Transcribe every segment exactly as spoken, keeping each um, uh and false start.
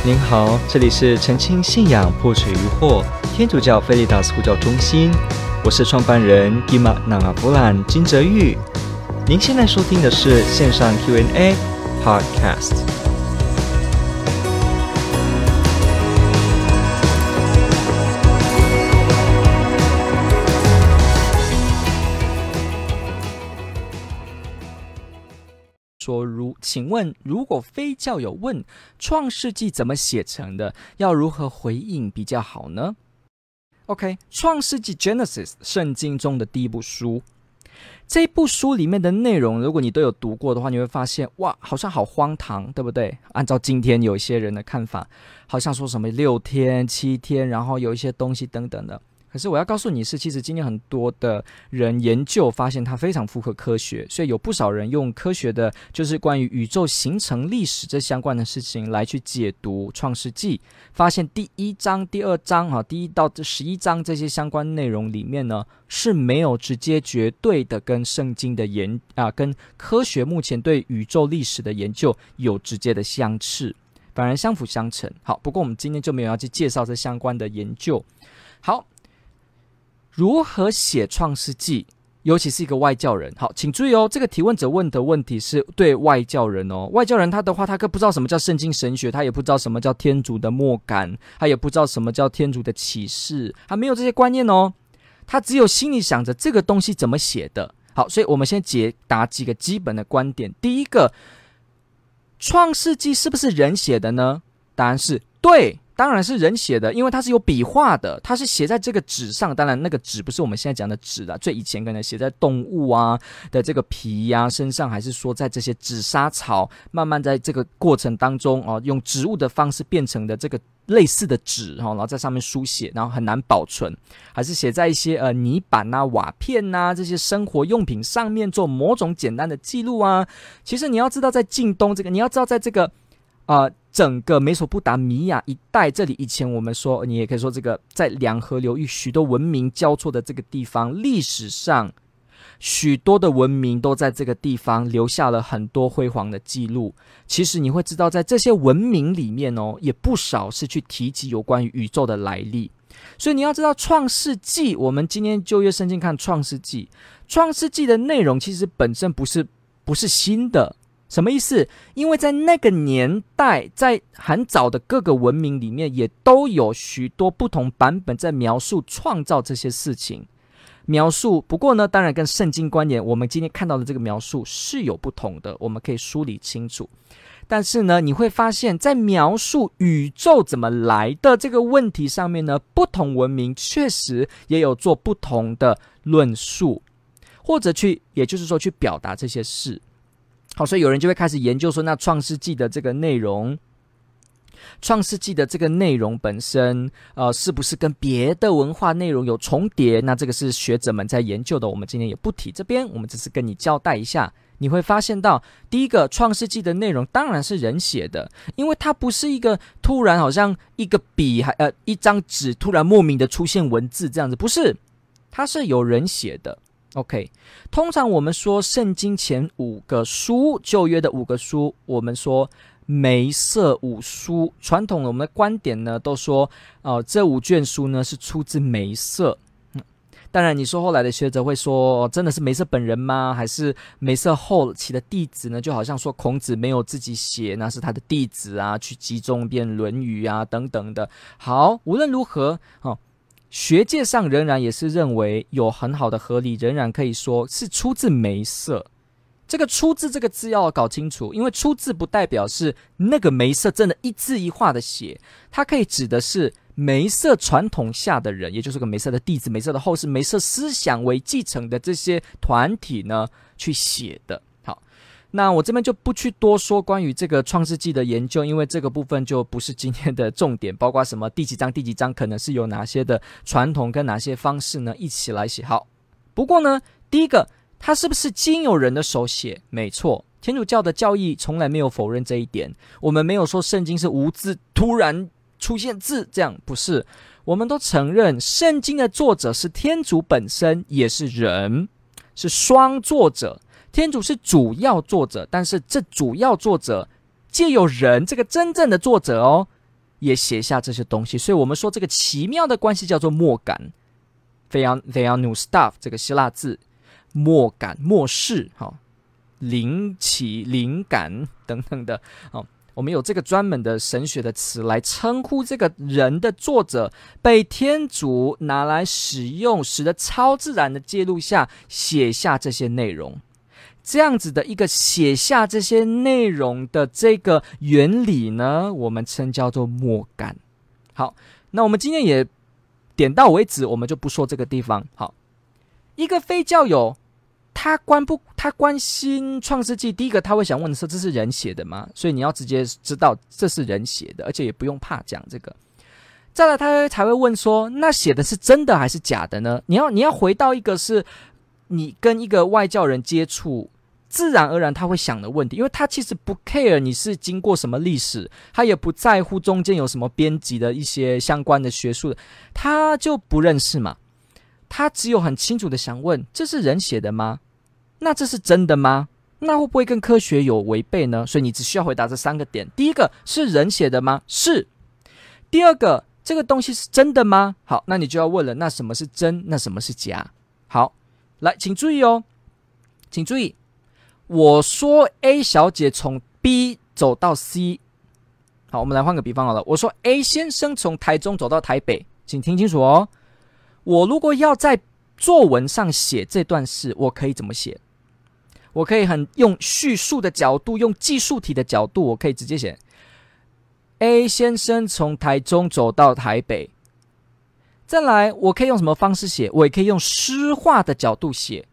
您好，这里是澄清信仰破除疑惑天主教菲利达斯呼叫中心，我是创办人 Gima Nangavulan 金哲玉。您现在收听的是线上 Q and A Podcast。说如，请问如果非教友问创世纪怎么写成的，要如何回应比较好呢？ OK， 创世纪 Genesis 圣经中的第一部书，这部书里面的内容如果你都有读过的话，你会发现哇，好像好荒唐，对不对？按照今天有一些人的看法，好像说什么六天七天，然后有一些东西等等的。可是我要告诉你是，其实今天很多的人研究发现它非常符合科学，所以有不少人用科学的就是关于宇宙形成历史这相关的事情来去解读创世纪，发现第一章第二章哈，第一到十一章这些相关内容里面呢是没有直接绝对的跟圣经的研啊跟科学目前对宇宙历史的研究有直接的相斥，反而相辅相成。好，不过我们今天就没有要去介绍这相关的研究。好，如何写创世纪，尤其是一个外教人。好，请注意哦，这个提问者问的问题是对外教人哦。外教人他的话，他更不知道什么叫圣经神学，他也不知道什么叫天主的默感，他也不知道什么叫天主的启示，他没有这些观念哦。他只有心里想着这个东西怎么写的。好，所以我们先解答几个基本的观点。第一个，创世纪是不是人写的呢？答案是对。当然是人写的，因为它是有笔画的，它是写在这个纸上。当然那个纸不是我们现在讲的纸啦，最以前可能写在动物啊的这个皮啊身上，还是说在这些纸莎草慢慢在这个过程当中哦，用植物的方式变成的这个类似的纸哦，然后在上面书写，然后很难保存，还是写在一些呃泥板啊、瓦片啊这些生活用品上面做某种简单的记录啊。其实你要知道，在近东这个，你要知道在这个呃整个美索不达米亚一带，这里以前我们说，你也可以说这个在两河流域许多文明交错的这个地方，历史上许多的文明都在这个地方留下了很多辉煌的记录。其实你会知道，在这些文明里面哦，也不少是去提及有关于宇宙的来历。所以你要知道，创世纪，我们今天旧约圣经看创世纪，创世纪的内容其实本身不是不是新的。什么意思？因为在那个年代，在很早的各个文明里面，也都有许多不同版本在描述创造这些事情。描述，不过呢，当然跟圣经观点，我们今天看到的这个描述是有不同的，我们可以梳理清楚。但是呢，你会发现在描述宇宙怎么来的这个问题上面呢，不同文明确实也有做不同的论述，或者去，也就是说去表达这些事。好，所以有人就会开始研究说，那创世纪的这个内容，创世纪的这个内容本身，呃，是不是跟别的文化内容有重叠？那这个是学者们在研究的，我们今天也不提这边，我们只是跟你交代一下。你会发现到，第一个，创世纪的内容当然是人写的，因为它不是一个突然好像一个笔还呃一张纸突然莫名的出现文字这样子，不是，它是有人写的。OK， 通常我们说圣经前五个书，旧约的五个书，我们说梅瑟五书。传统的我们的观点呢，都说，呃，这五卷书呢是出自梅瑟。嗯，当然，你说后来的学者会说，哦，真的是梅瑟本人吗？还是梅瑟后期的弟子呢？就好像说孔子没有自己写，那是他的弟子啊，去集中编《论语》啊等等的。好，无论如何，哦。学界上仍然也是认为有很好的合理，仍然可以说是出自梅瑟。这个出自这个字要搞清楚，因为出自不代表是那个梅瑟真的一字一画的写，它可以指的是梅瑟传统下的人，也就是个梅瑟的弟子、梅瑟的后世、梅瑟思想为继承的这些团体呢去写的。那我这边就不去多说关于这个创世纪的研究，因为这个部分就不是今天的重点，包括什么第几章第几章可能是有哪些的传统跟哪些方式呢一起来写。好，不过呢，第一个，它是不是经有人的手写？没错，天主教的教义从来没有否认这一点，我们没有说圣经是无字突然出现字，这样不是，我们都承认圣经的作者是天主本身，也是人，是双作者。天主是主要作者，但是这主要作者借由人这个真正的作者哦， 也写下这些东西。所以我们说这个奇妙的关系叫做默感 theanustat 这个希腊字，默感默视、哦、灵奇灵感等等的、哦，我们有这个专门的神学的词来称呼这个人的作者，被天主拿来使用，使得超自然的介入下写下这些内容。这样子的一个写下这些内容的这个原理呢，我们称叫做默感。好，那我们今天也点到为止，我们就不说这个地方。好，一个非教友他关不他关心创世纪，第一个他会想问的是，这是人写的吗？所以你要直接知道这是人写的，而且也不用怕讲这个。再来他才会问说，那写的是真的还是假的呢？你要你要回到一个是你跟一个外教人接触，自然而然他会想的问题，因为他其实不 care 你是经过什么历史，他也不在乎中间有什么编辑的一些相关的学术的，他就不认识嘛。他只有很清楚的想问，这是人写的吗？那这是真的吗？那会不会跟科学有违背呢？所以你只需要回答这三个点。第一个是人写的吗？是。第二个，这个东西是真的吗？好，那你就要问了，那什么是真？那什么是假？好，来，请注意哦，请注意，我说 A 小姐从 B 走到 C， 好，我们来换个比方好了。我说 A 先生从台中走到台北，请听清楚哦。我如果要在作文上写这段事，我可以怎么写？我可以很用叙述的角度，用记述题的角度，我可以直接写 A 先生从台中走到台北。再来，我可以用什么方式写？我也可以用诗化的角度写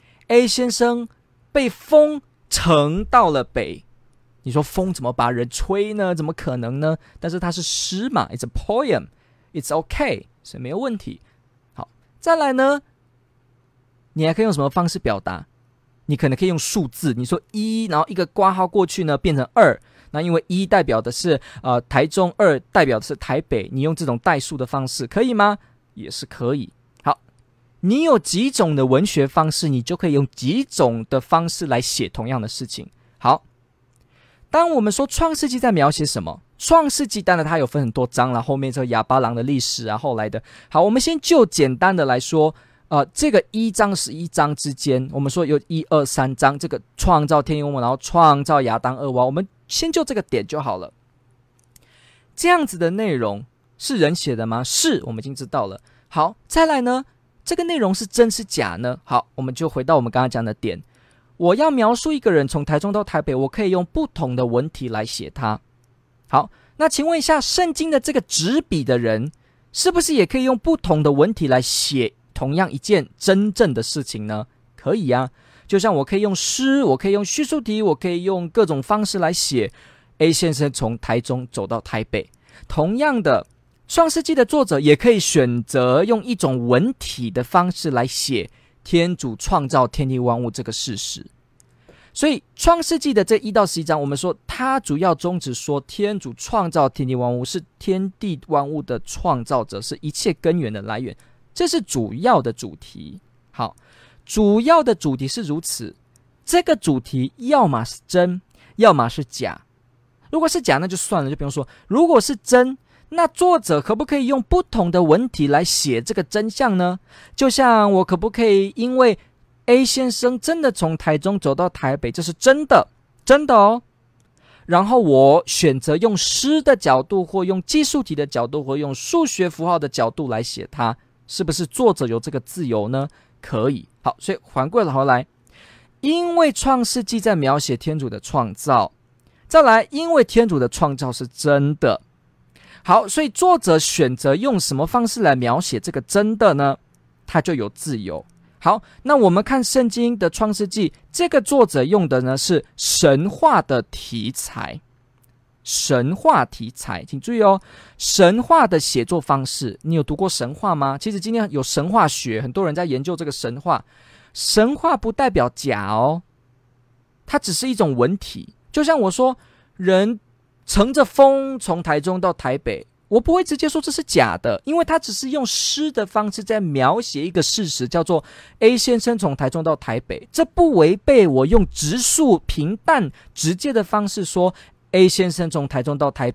A 先生被风乘到了北。你说风怎么把人吹呢？怎么可能呢？但是它是诗嘛， It's a poem, It's okay， 所以没有问题。好，再来呢，你还可以用什么方式表达？你可能可以用数字，你说一，然后一个括号过去呢变成二，那因为一代表的是呃台中，二代表的是台北，你用这种代数的方式可以吗？也是可以。好，你有几种的文学方式，你就可以用几种的方式来写同样的事情。好，当我们说创世纪在描写什么？创世纪当然它有分很多章了，后面这个亚巴郎的历史啊，后来的。好，我们先就简单的来说，呃，这个一章十一章之间，我们说有一二三章，这个创造天地万物，然后创造亚当二娃，我们先就这个点就好了。这样子的内容是人写的吗？是，我们已经知道了。好，再来呢，这个内容是真是假呢？好，我们就回到我们刚刚讲的点。我要描述一个人从台中到台北，我可以用不同的文体来写他。好，那请问一下，圣经的这个执笔的人，是不是也可以用不同的文体来写同样一件真正的事情呢？可以啊，就像我可以用诗，我可以用叙述题，我可以用各种方式来写 A 先生从台中走到台北。同样的，创世纪的作者也可以选择用一种文体的方式来写天主创造天地万物这个事实。所以创世纪的这一到十一章，我们说它主要宗旨说天主创造天地万物，是天地万物的创造者，是一切根源的来源，这是主要的主题。好，主要的主题是如此，这个主题要么是真，要么是假。如果是假那就算了，就不用说。如果是真，那作者可不可以用不同的文体来写这个真相呢？就像我可不可以因为 A 先生真的从台中走到台北，这是真的，真的哦。然后我选择用诗的角度，或用记述题的角度，或用数学符号的角度来写它，是不是作者有这个自由呢？可以。好，所以反过头来，因为创世纪在描写天主的创造，再来因为天主的创造是真的。好，所以作者选择用什么方式来描写这个真的呢？他就有自由。好，那我们看圣经的创世纪，这个作者用的呢是神话的题材，神话题材，请注意哦，神话的写作方式。你有读过神话吗？其实今天有神话学，很多人在研究这个神话。神话不代表假哦，它只是一种文体。就像我说，人乘着风从台中到台北，我不会直接说这是假的，因为他只是用诗的方式在描写一个事实，叫做 A 先生从台中到台北，这不违背我用直述平淡直接的方式说 A 先生从台中到台北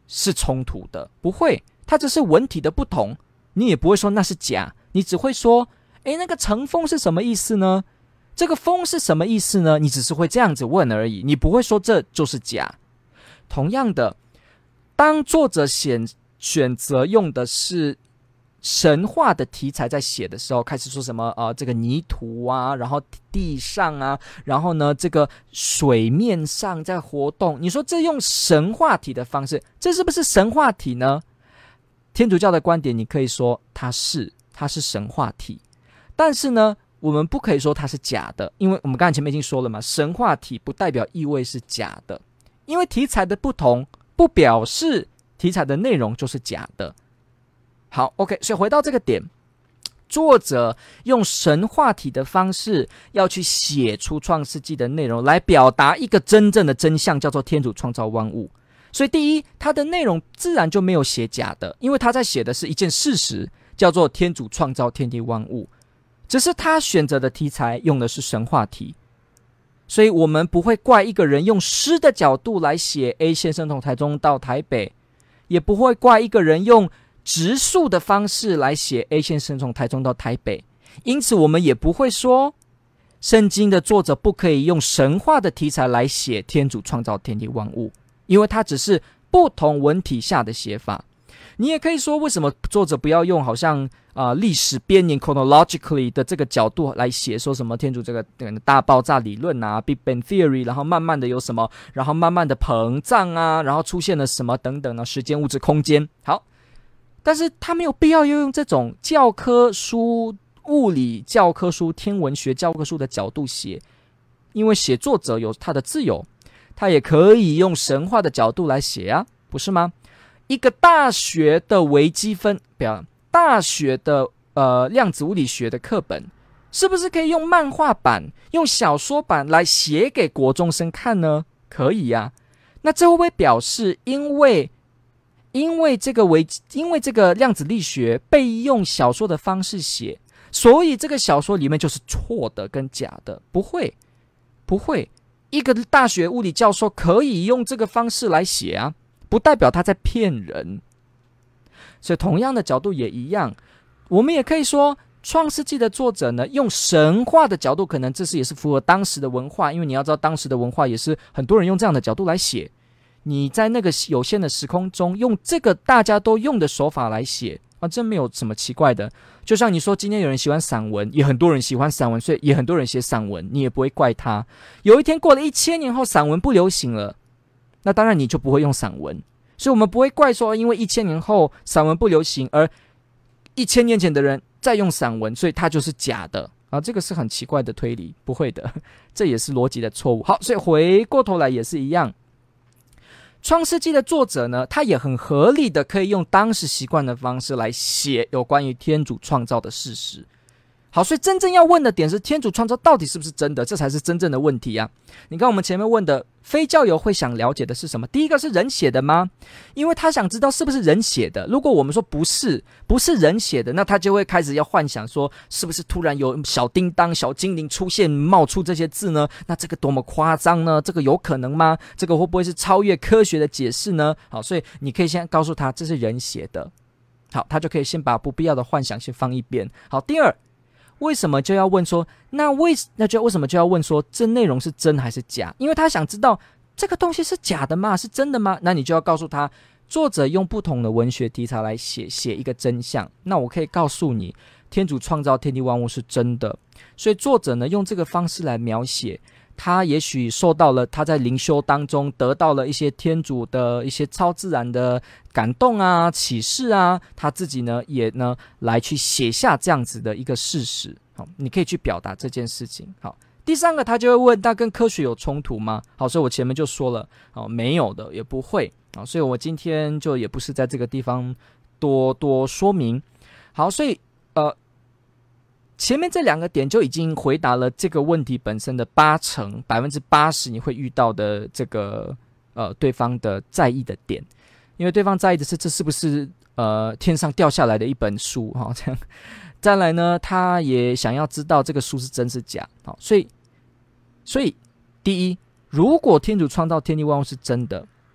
是冲突的，不会，它只是文体的不同，你也不会说那是假，你只会说，诶，那个乘风是什么意思呢？这个风是什么意思呢？你只是会这样子问而已，你不会说这就是假。同样的，当作者选选择用的是神话的题材在写的时候，开始说什么呃，这个泥土啊，然后地上啊，然后呢这个水面上在活动，你说这用神话体的方式，这是不是神话体呢？天主教的观点，你可以说它是它是神话体，但是呢我们不可以说它是假的，因为我们刚才前面已经说了嘛，神话体不代表意味是假的，因为题材的不同不表示题材的内容就是假的。好 OK， 所以回到这个点，作者用神话体的方式要去写出创世纪的内容，来表达一个真正的真相，叫做天主创造万物。所以第一，他的内容自然就没有写假的，因为他在写的是一件事实，叫做天主创造天地万物，只是他选择的题材用的是神话题。所以我们不会怪一个人用诗的角度来写 A 先生从台中到台北，也不会怪一个人用直述的方式来写 A 先生从台中到台北，因此我们也不会说圣经的作者不可以用神话的题材来写天主创造天地万物，因为它只是不同文体下的写法。你也可以说，为什么作者不要用好像啊、呃、历史编年 chronologically 的这个角度来写，说什么天主这个、这个大爆炸理论啊 Big Bang Theory， 然后慢慢的有什么，然后慢慢的膨胀啊，然后出现了什么等等啊，时间、物质、空间。好，但是他没有必要用这种教科书、物理教科书、天文学教科书的角度写，因为写作者有他的自由，他也可以用神话的角度来写啊，不是吗？一个大学的微积分，不要大学的呃量子物理学的课本，是不是可以用漫画版、用小说版来写给国中生看呢？可以呀、啊。那这会不会表示，因为因为这个微因为这个量子力学被用小说的方式写，所以这个小说里面就是错的跟假的？不会，不会。一个大学物理教授可以用这个方式来写啊，不代表他在骗人。所以同样的角度也一样，我们也可以说创世纪的作者呢，用神话的角度，可能这是也是符合当时的文化，因为你要知道当时的文化也是很多人用这样的角度来写，你在那个有限的时空中用这个大家都用的手法来写啊，这没有什么奇怪的。就像你说今天有人喜欢散文，也很多人喜欢散文，所以也很多人写散文，你也不会怪他。有一天过了一千年后散文不流行了，那当然你就不会用散文，所以我们不会怪说因为一千年后散文不流行，而一千年前的人在用散文，所以它就是假的啊，这个是很奇怪的推理，不会的，这也是逻辑的错误。好，所以回过头来也是一样，创世纪的作者呢，他也很合理的可以用当时习惯的方式来写有关于天主创造的事实。好，所以真正要问的点是天主创造到底是不是真的，这才是真正的问题啊。你看我们前面问的非教友会想了解的是什么？第一个是人写的吗？因为他想知道是不是人写的。如果我们说不是，不是人写的，那他就会开始要幻想说，是不是突然有小叮当、小精灵出现冒出这些字呢？那这个多么夸张呢？这个有可能吗？这个会不会是超越科学的解释呢？好，所以你可以先告诉他这是人写的。好，他就可以先把不必要的幻想先放一边。好，第二，为什么就要问说，那为那就为什么就要问说，这内容是真还是假？因为他想知道这个东西是假的吗？是真的吗？那你就要告诉他，作者用不同的文学题材来写写一个真相。那我可以告诉你，天主创造天地万物是真的，所以作者呢用这个方式来描写。他也许受到了他在灵修当中得到了一些天主的一些超自然的感动啊、启示啊，他自己呢也呢来去写下这样子的一个事实。好，你可以去表达这件事情。好，第三个他就会问，那跟科学有冲突吗？好，所以我前面就说了，哦，没有的，也不会。好，所以我今天就也不是在这个地方多多说明。好，所以呃。前面这两个点就已经回答了这个问题本身的八成百分之八十你会遇到的这个呃对方的在意的点，因为对方在意的是这是不是呃天上掉下来的一本书哈、哦、这样。再来呢，他也想要知道这个书是真是假。好、哦，所以所以第一，如果天主创造天地万物是真的，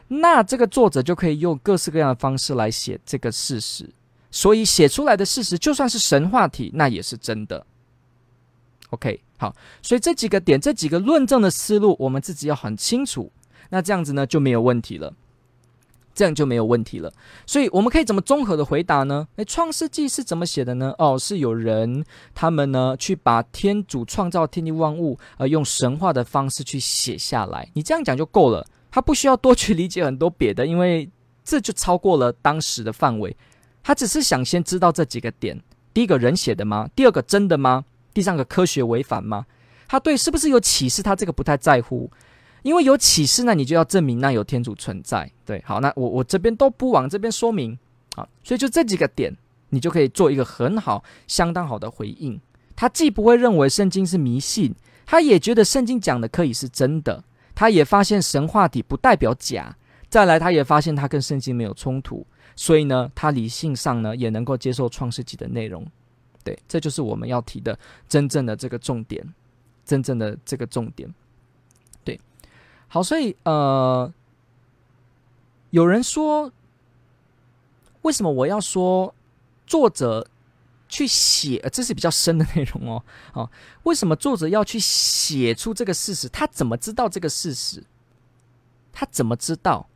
那这个作者就可以用各式各样的方式来写这个事实，所以写出来的事实就算是神话体，那也是真的。 OK， 好，所以这几个点，这几个论证的思路我们自己要很清楚，那这样子呢就没有问题了，这样就没有问题了。所以我们可以怎么综合的回答呢？诶，创世纪是怎么写的呢？哦，是有人他们呢去把天主创造天地万物呃用神话的方式去写下来，你这样讲就够了，他不需要多去理解很多别的，因为这就超过了当时的范围，他只是想先知道这几个点，第一个人写的吗？第二个真的吗？第三个科学违反吗？他对是不是有启示，他这个不太在乎，因为有启示，那你就要证明那有天主存在。对，好，那我我这边都不往这边说明，好，所以就这几个点，你就可以做一个很好、相当好的回应。他既不会认为圣经是迷信，他也觉得圣经讲的可以是真的，他也发现神话体不代表假，再来他也发现他跟圣经没有冲突，所以呢，他理性上呢也能够接受创世纪的内容。对，这就是我们要提的真正的这个重点，真正的这个重点。对，好，所以呃，有人说，为什么我要说作者去写、呃？这是比较深的内容哦。哦，为什么作者要去写出这个事实？他怎么知道这个事实？他怎么知道？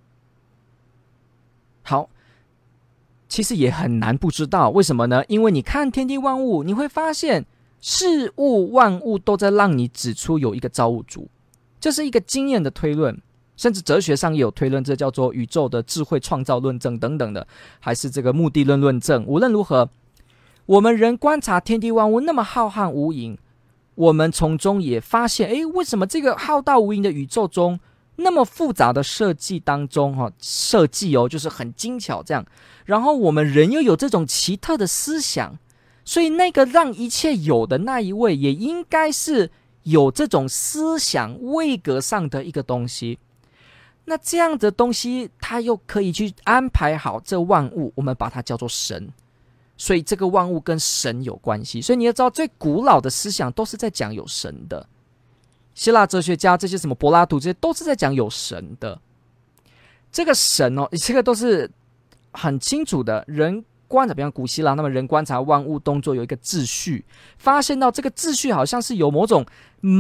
好。其实也很难不知道，为什么呢？因为你看天地万物，你会发现事物万物都在让你指出有一个造物主，这是一个经验的推论，甚至哲学上也有推论，这叫做宇宙的智慧创造论证等等的，还是这个目的论论证。无论如何，我们人观察天地万物那么浩瀚无垠，我们从中也发现，诶，为什么这个浩大无垠的宇宙中，那么复杂的设计当中，哈，设计哦，就是很精巧这样。然后我们人又有这种奇特的思想，所以那个让一切有的那一位，也应该是有这种思想位格上的一个东西。那这样的东西，它又可以去安排好这万物，我们把它叫做神。所以这个万物跟神有关系。所以你要知道，最古老的思想都是在讲有神的。希腊哲学家这些什么柏拉图，这些都是在讲有神的。这个神哦，这个都是很清楚的。人观察，比方古希腊，那么人观察万物动作有一个秩序，发现到这个秩序好像是有某种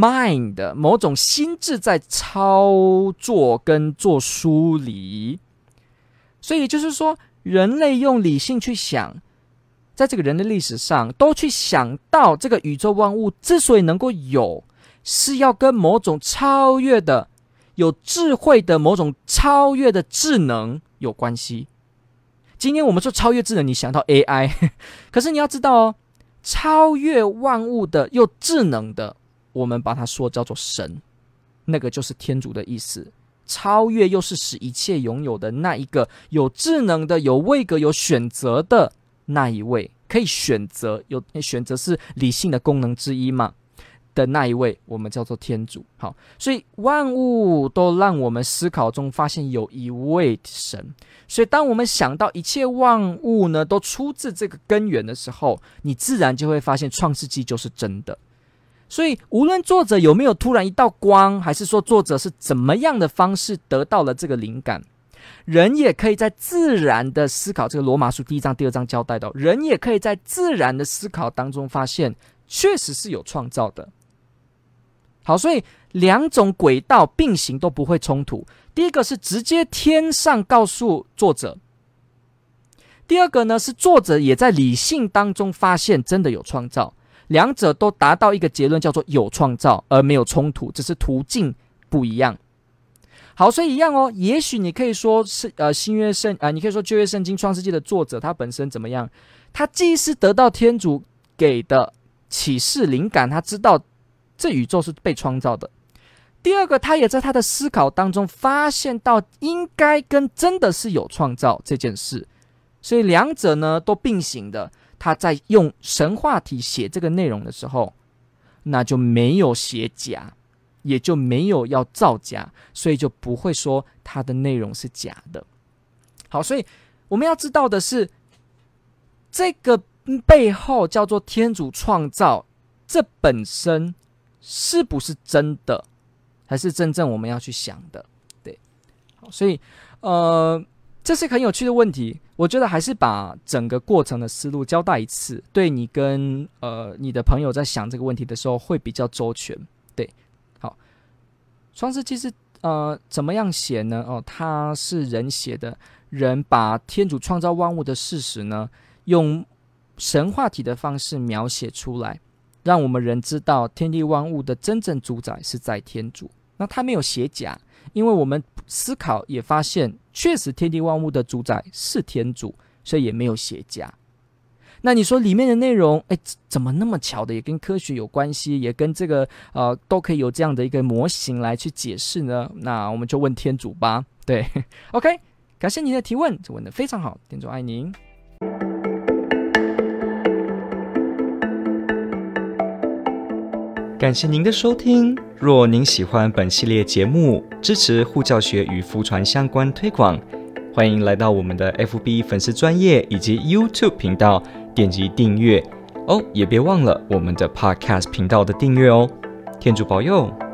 mind 某种心智在操作跟做梳理。所以就是说，人类用理性去想，在这个人的历史上都去想到这个宇宙万物之所以能够有，是要跟某种超越的有智慧的某种超越的智能有关系。今天我们说超越智能，你想到 A I， 可是你要知道哦，超越万物的又智能的，我们把它说叫做神，那个就是天主的意思。超越又是使一切拥有的那一个有智能的、有位格、有选择的那一位，可以选择，有选择是理性的功能之一嘛的那一位，我们叫做天主。好，所以万物都让我们思考中发现有一位神。所以当我们想到一切万物呢都出自这个根源的时候，你自然就会发现创世纪就是真的。所以无论作者有没有突然一道光，还是说作者是怎么样的方式得到了这个灵感，人也可以在自然的思考，这个罗马书第一章第二章交代到，人也可以在自然的思考当中发现确实是有创造的。好，所以两种轨道并行都不会冲突。第一个是直接天上告诉作者，第二个呢是作者也在理性当中发现真的有创造，两者都达到一个结论，叫做有创造而没有冲突，只是途径不一样。好，所以一样哦。也许你可以说是呃新约圣呃，你可以说旧约圣经创世纪的作者他本身怎么样？他既是得到天主给的启示灵感，他知道这宇宙是被创造的。第二个，他也在他的思考当中发现到应该跟真的是有创造这件事，所以两者呢都并行的。他在用神话体写这个内容的时候，那就没有写假，也就没有要造假，所以就不会说他的内容是假的。好，所以我们要知道的是，这个背后叫做天主创造，这本身是不是真的，还是真正我们要去想的？对， 所以呃，这是很有趣的问题。我觉得还是把整个过程的思路交代一次，对你跟呃你的朋友在想这个问题的时候会比较周全。对，好，创世纪是呃怎么样写呢？哦，它是人写的，人把天主创造万物的事实呢，用神话体的方式描写出来，让我们人知道天地万物的真正主宰是在天主。那他没有写假，因为我们思考也发现，确实天地万物的主宰是天主，所以也没有写假。那你说里面的内容，哎，怎么那么巧的也跟科学有关系，也跟这个呃都可以有这样的一个模型来去解释呢？那我们就问天主吧。对 ，OK， 感谢您的提问，这问得非常好，天主爱您。 感谢您的收听。若您喜欢本系列节目，支持护教学与福传相关推广，欢迎来到我们的 F B 粉丝专页以及 YouTube 频道，点击订阅哦，也别忘了我们的 Podcast 频道的订阅哦。天主保佑。